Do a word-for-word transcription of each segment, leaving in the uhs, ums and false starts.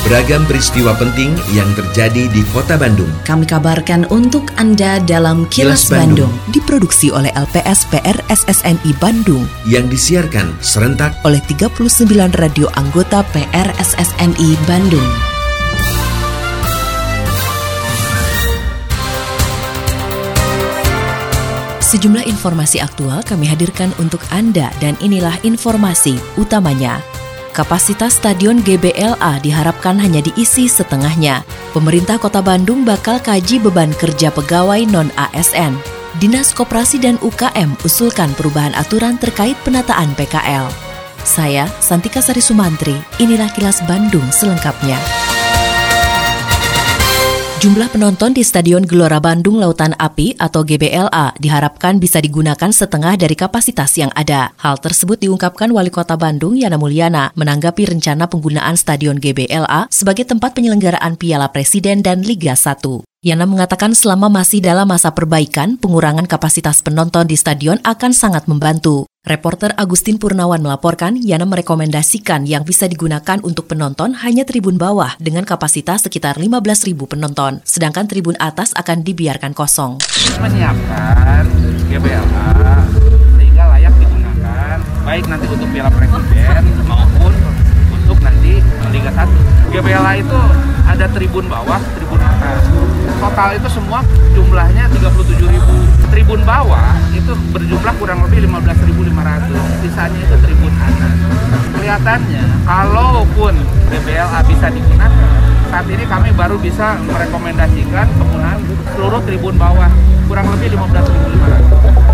Beragam peristiwa penting yang terjadi di Kota Bandung kami kabarkan untuk Anda dalam Kilas, Kilas Bandung. Bandung diproduksi oleh L P S P R S S N I Bandung yang disiarkan serentak oleh tiga puluh sembilan radio anggota P R S S N I Bandung. Sejumlah informasi aktual kami hadirkan untuk Anda dan inilah informasi utamanya. Kapasitas Stadion G B L A diharapkan hanya diisi setengahnya. Pemerintah Kota Bandung bakal kaji beban kerja pegawai non-A S N. Dinas Koperasi dan U K M usulkan perubahan aturan terkait penataan P K L. Saya, Santika Sari Sumantri, inilah Kilas Bandung selengkapnya. Jumlah penonton di Stadion Gelora Bandung Lautan Api atau G B L A diharapkan bisa digunakan setengah dari kapasitas yang ada. Hal tersebut diungkapkan Wali Kota Bandung Yana Mulyana menanggapi rencana penggunaan Stadion G B L A sebagai tempat penyelenggaraan Piala Presiden dan Liga satu. Yana mengatakan selama masih dalam masa perbaikan, pengurangan kapasitas penonton di stadion akan sangat membantu. Reporter Agustin Purnawan melaporkan, Yana merekomendasikan yang bisa digunakan untuk penonton hanya tribun bawah dengan kapasitas sekitar lima belas ribu penonton, sedangkan tribun atas akan dibiarkan kosong. Menyiapkan G B L A sehingga layak digunakan, baik nanti untuk Piala Presiden maupun untuk nanti Liga satu. G B L A itu ada tribun bawah, tribun atas. Total itu semua jumlahnya tiga puluh tujuh ribu. Tribun bawah itu berjumlah kurang lebih lima belas ribu lima ratus. Sisanya itu tribun atas. Kelihatannya kalaupun G B L A bisa digunakan, saat ini kami baru bisa merekomendasikan penggunaan seluruh tribun bawah kurang lebih lima belas ribu lima ratus.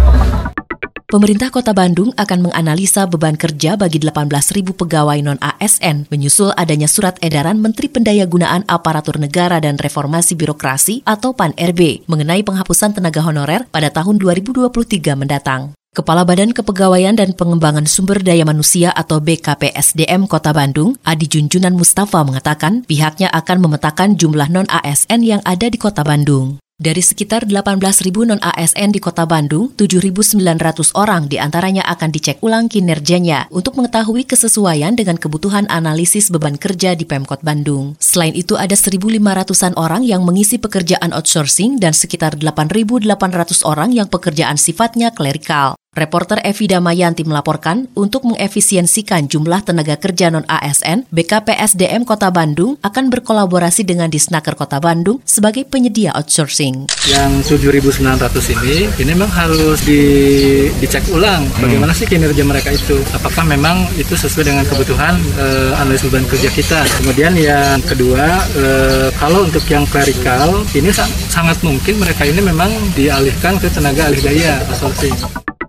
Pemerintah Kota Bandung akan menganalisa beban kerja bagi delapan belas ribu pegawai non-A S N menyusul adanya surat edaran Menteri Pendayagunaan Aparatur Negara dan Reformasi Birokrasi atau P A N R B mengenai penghapusan tenaga honorer pada tahun dua ribu dua puluh tiga mendatang. Kepala Badan Kepegawaian dan Pengembangan Sumber Daya Manusia atau B K P S D M Kota Bandung, Adi Junjunan Mustafa mengatakan pihaknya akan memetakan jumlah non-A S N yang ada di Kota Bandung. Dari sekitar delapan belas ribu non-A S N di Kota Bandung, tujuh ribu sembilan ratus orang diantaranya akan dicek ulang kinerjanya untuk mengetahui kesesuaian dengan kebutuhan analisis beban kerja di Pemkot Bandung. Selain itu, ada seribu lima ratusan orang yang mengisi pekerjaan outsourcing dan sekitar delapan ribu delapan ratus orang yang pekerjaan sifatnya klerikal. Reporter Evida Mayanti melaporkan, untuk mengefisiensikan jumlah tenaga kerja non-A S N, B K P S D M Kota Bandung akan berkolaborasi dengan Disnaker Kota Bandung sebagai penyedia outsourcing. Yang tujuh ribu sembilan ratus ini, ini memang harus di, dicek ulang bagaimana sih kinerja mereka itu. Apakah memang itu sesuai dengan kebutuhan eh, analisis beban kerja kita. Kemudian yang kedua, eh, kalau untuk yang klerikal, ini sa- sangat mungkin mereka ini memang dialihkan ke tenaga alih daya outsourcing.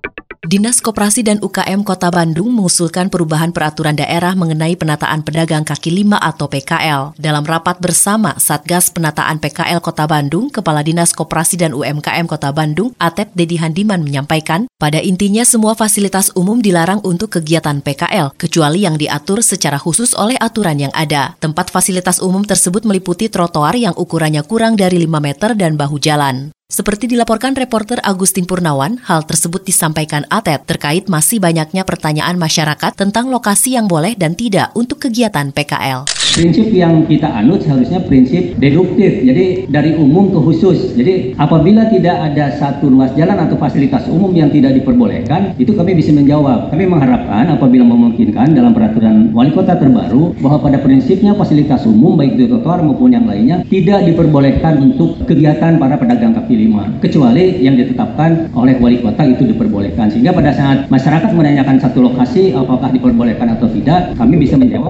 Dinas Koperasi dan U K M Kota Bandung mengusulkan perubahan peraturan daerah mengenai penataan pedagang kaki lima atau P K L. Dalam rapat bersama Satgas Penataan P K L Kota Bandung, Kepala Dinas Koperasi dan U M K M Kota Bandung, Atep Dedi Handiman menyampaikan, pada intinya semua fasilitas umum dilarang untuk kegiatan P K L, kecuali yang diatur secara khusus oleh aturan yang ada. Tempat fasilitas umum tersebut meliputi trotoar yang ukurannya kurang dari lima meter dan bahu jalan. Seperti dilaporkan reporter Agustin Purnawan, hal tersebut disampaikan Atep terkait masih banyaknya pertanyaan masyarakat tentang lokasi yang boleh dan tidak untuk kegiatan P K L. Prinsip yang kita anut seharusnya prinsip deduktif, jadi dari umum ke khusus. Jadi apabila tidak ada satu ruas jalan atau fasilitas umum yang tidak diperbolehkan, itu kami bisa menjawab. Kami mengharapkan apabila memungkinkan dalam peraturan wali kota terbaru, bahwa pada prinsipnya fasilitas umum baik itu trotoar maupun yang lainnya tidak diperbolehkan untuk kegiatan para pedagang kaki lima, kecuali yang ditetapkan oleh wali kota itu diperbolehkan. Sehingga pada saat masyarakat menanyakan satu lokasi apakah diperbolehkan atau tidak, kami bisa menjawab.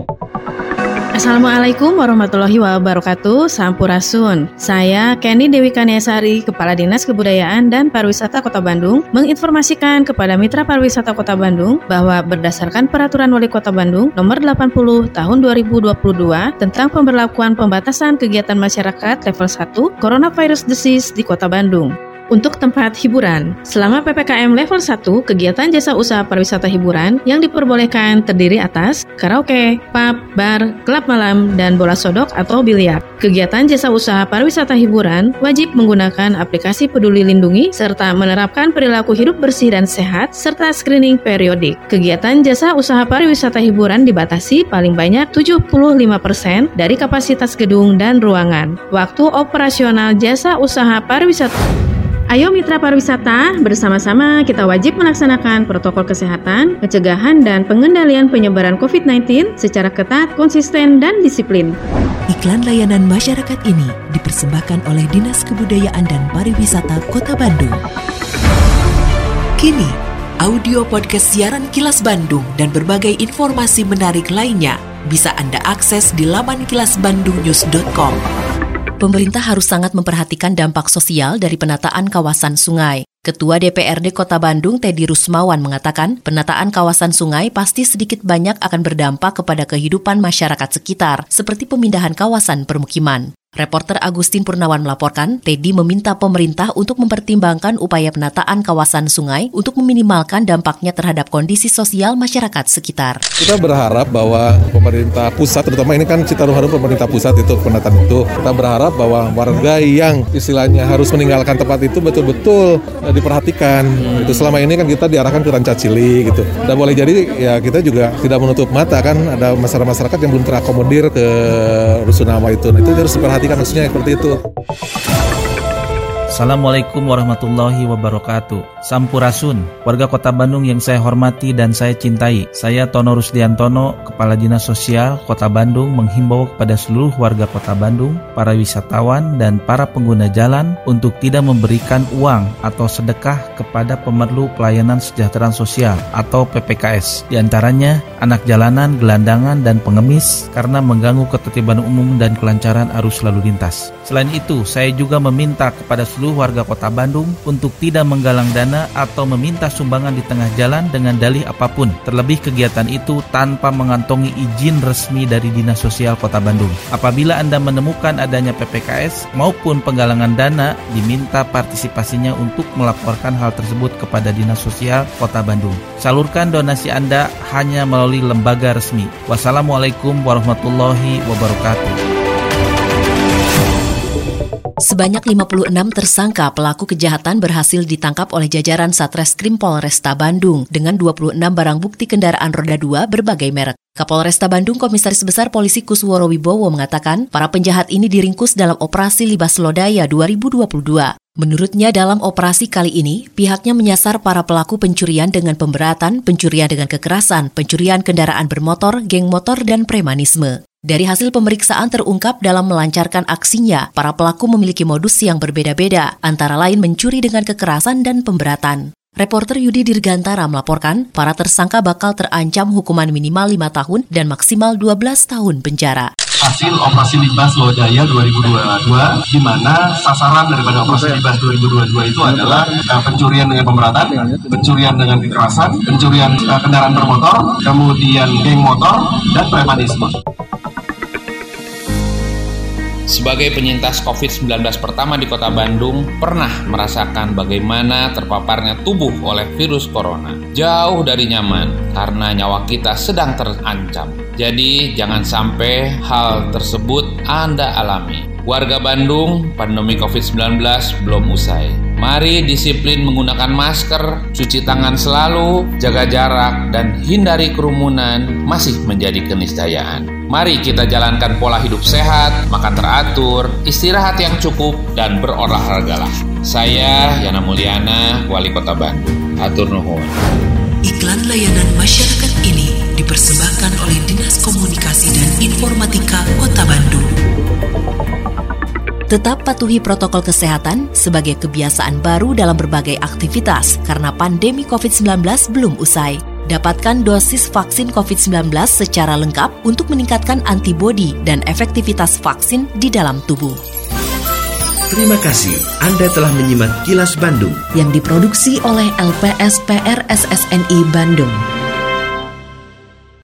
Assalamualaikum warahmatullahi wabarakatuh. Sampurasun. Saya Kenny Dewi Kaniasari, Kepala Dinas Kebudayaan dan Pariwisata Kota Bandung, menginformasikan kepada Mitra Pariwisata Kota Bandung bahwa berdasarkan Peraturan Wali Kota Bandung Nomor delapan puluh Tahun dua ribu dua puluh dua tentang pemberlakuan pembatasan kegiatan masyarakat level satu Coronavirus Disease di Kota Bandung. untuk tempat hiburan. Selama P P K M level satu, kegiatan jasa usaha pariwisata hiburan yang diperbolehkan terdiri atas karaoke, pub, bar, klub malam, dan bola sodok atau biliar. Kegiatan jasa usaha pariwisata hiburan wajib menggunakan aplikasi Peduli Lindungi serta menerapkan perilaku hidup bersih dan sehat serta screening periodik. Kegiatan jasa usaha pariwisata hiburan dibatasi paling banyak tujuh puluh lima persen dari kapasitas gedung dan ruangan. Waktu operasional jasa usaha pariwisata. Ayo mitra pariwisata, bersama-sama kita wajib melaksanakan protokol kesehatan, pencegahan dan pengendalian penyebaran covid sembilan belas secara ketat, konsisten, dan disiplin. Iklan layanan masyarakat ini dipersembahkan oleh Dinas Kebudayaan dan Pariwisata Kota Bandung. Kini, audio podcast siaran Kilas Bandung dan berbagai informasi menarik lainnya bisa Anda akses di laman kilas bandung news dot com. Pemerintah harus sangat memperhatikan dampak sosial dari penataan kawasan sungai. Ketua D P R D Kota Bandung, Teddy Rusmawan, mengatakan penataan kawasan sungai pasti sedikit banyak akan berdampak kepada kehidupan masyarakat sekitar, seperti pemindahan kawasan permukiman. Reporter Agustin Purnawan melaporkan, Teddy meminta pemerintah untuk mempertimbangkan upaya penataan kawasan sungai untuk meminimalkan dampaknya terhadap kondisi sosial masyarakat sekitar. Kita berharap bahwa pemerintah pusat, terutama ini kan Citarum Harum pemerintah pusat itu penataan itu, kita berharap bahwa warga yang istilahnya harus meninggalkan tempat itu betul-betul diperhatikan. Hmm. Itu selama ini kan kita diarahkan ke Rancacili gitu. Dan boleh jadi ya kita juga tidak menutup mata kan ada masyarakat-masyarakat yang belum terakomodir ke Rusunawa itu. Nah, itu harus diperhatikan. Maksudnya seperti itu. Assalamualaikum warahmatullahi wabarakatuh. Sampurasun, warga Kota Bandung yang saya hormati dan saya cintai. Saya Tono Rusdiantono, Kepala Dinas Sosial Kota Bandung, menghimbau kepada seluruh warga Kota Bandung, para wisatawan dan para pengguna jalan untuk tidak memberikan uang atau sedekah kepada pemerlu pelayanan kesejahteraan sosial atau P P K S. Di antaranya anak jalanan, gelandangan, dan pengemis karena mengganggu ketertiban umum dan kelancaran arus lalu lintas. Selain itu, saya juga meminta kepada seluruh warga Kota Bandung untuk tidak menggalang dana atau meminta sumbangan di tengah jalan dengan dalih apapun, terlebih kegiatan itu tanpa mengantongi izin resmi dari Dinas Sosial Kota Bandung. Apabila Anda menemukan adanya P P K S maupun penggalangan dana, diminta partisipasinya untuk melaporkan hal tersebut kepada Dinas Sosial Kota Bandung. Salurkan donasi Anda hanya melalui lembaga resmi. Wassalamualaikum warahmatullahi wabarakatuh. Sebanyak lima puluh enam tersangka pelaku kejahatan berhasil ditangkap oleh jajaran Satreskrim Polresta Bandung dengan dua puluh enam barang bukti kendaraan roda dua berbagai merek. Kapolresta Bandung Komisaris Besar Polisi Kusworo Wibowo mengatakan para penjahat ini diringkus dalam operasi Libas Lodaya dua ribu dua puluh dua. Menurutnya dalam operasi kali ini, pihaknya menyasar para pelaku pencurian dengan pemberatan, pencurian dengan kekerasan, pencurian kendaraan bermotor, geng motor, dan premanisme. Dari hasil pemeriksaan terungkap dalam melancarkan aksinya, para pelaku memiliki modus yang berbeda-beda, antara lain mencuri dengan kekerasan dan pemberatan. Reporter Yudi Dirgantara melaporkan, para tersangka bakal terancam hukuman minimal lima tahun dan maksimal dua belas tahun penjara. Hasil operasi Libas Lodaya dua ribu dua puluh dua, di mana sasaran daripada operasi Libas dua ribu dua puluh dua itu adalah uh, pencurian dengan pemberatan, pencurian dengan kekerasan, pencurian uh, kendaraan bermotor, kemudian geng motor, dan premanisme. Sebagai penyintas covid sembilan belas pertama di Kota Bandung, pernah merasakan bagaimana terpaparnya tubuh oleh virus corona. Jauh dari nyaman, karena nyawa kita sedang terancam. Jadi, jangan sampai hal tersebut Anda alami. Warga Bandung, pandemi covid sembilan belas belum usai. Mari disiplin menggunakan masker, cuci tangan selalu, jaga jarak, dan hindari kerumunan masih menjadi keniscayaan. Mari kita jalankan pola hidup sehat, makan teratur, istirahat yang cukup, dan berolahragalah. Saya Yana Mulyana, Wali Kota Bandung. Hatur nuhun. Iklan layanan masyarakat ini dipersembahkan oleh Dinas Komunikasi dan Informatika Kota Bandung. Tetap patuhi protokol kesehatan sebagai kebiasaan baru dalam berbagai aktivitas karena pandemi covid sembilan belas belum usai. Dapatkan dosis vaksin covid sembilan belas secara lengkap untuk meningkatkan antibodi dan efektivitas vaksin di dalam tubuh. Terima kasih Anda telah menyimak Kilas Bandung yang diproduksi oleh L P S P R S S N I Bandung.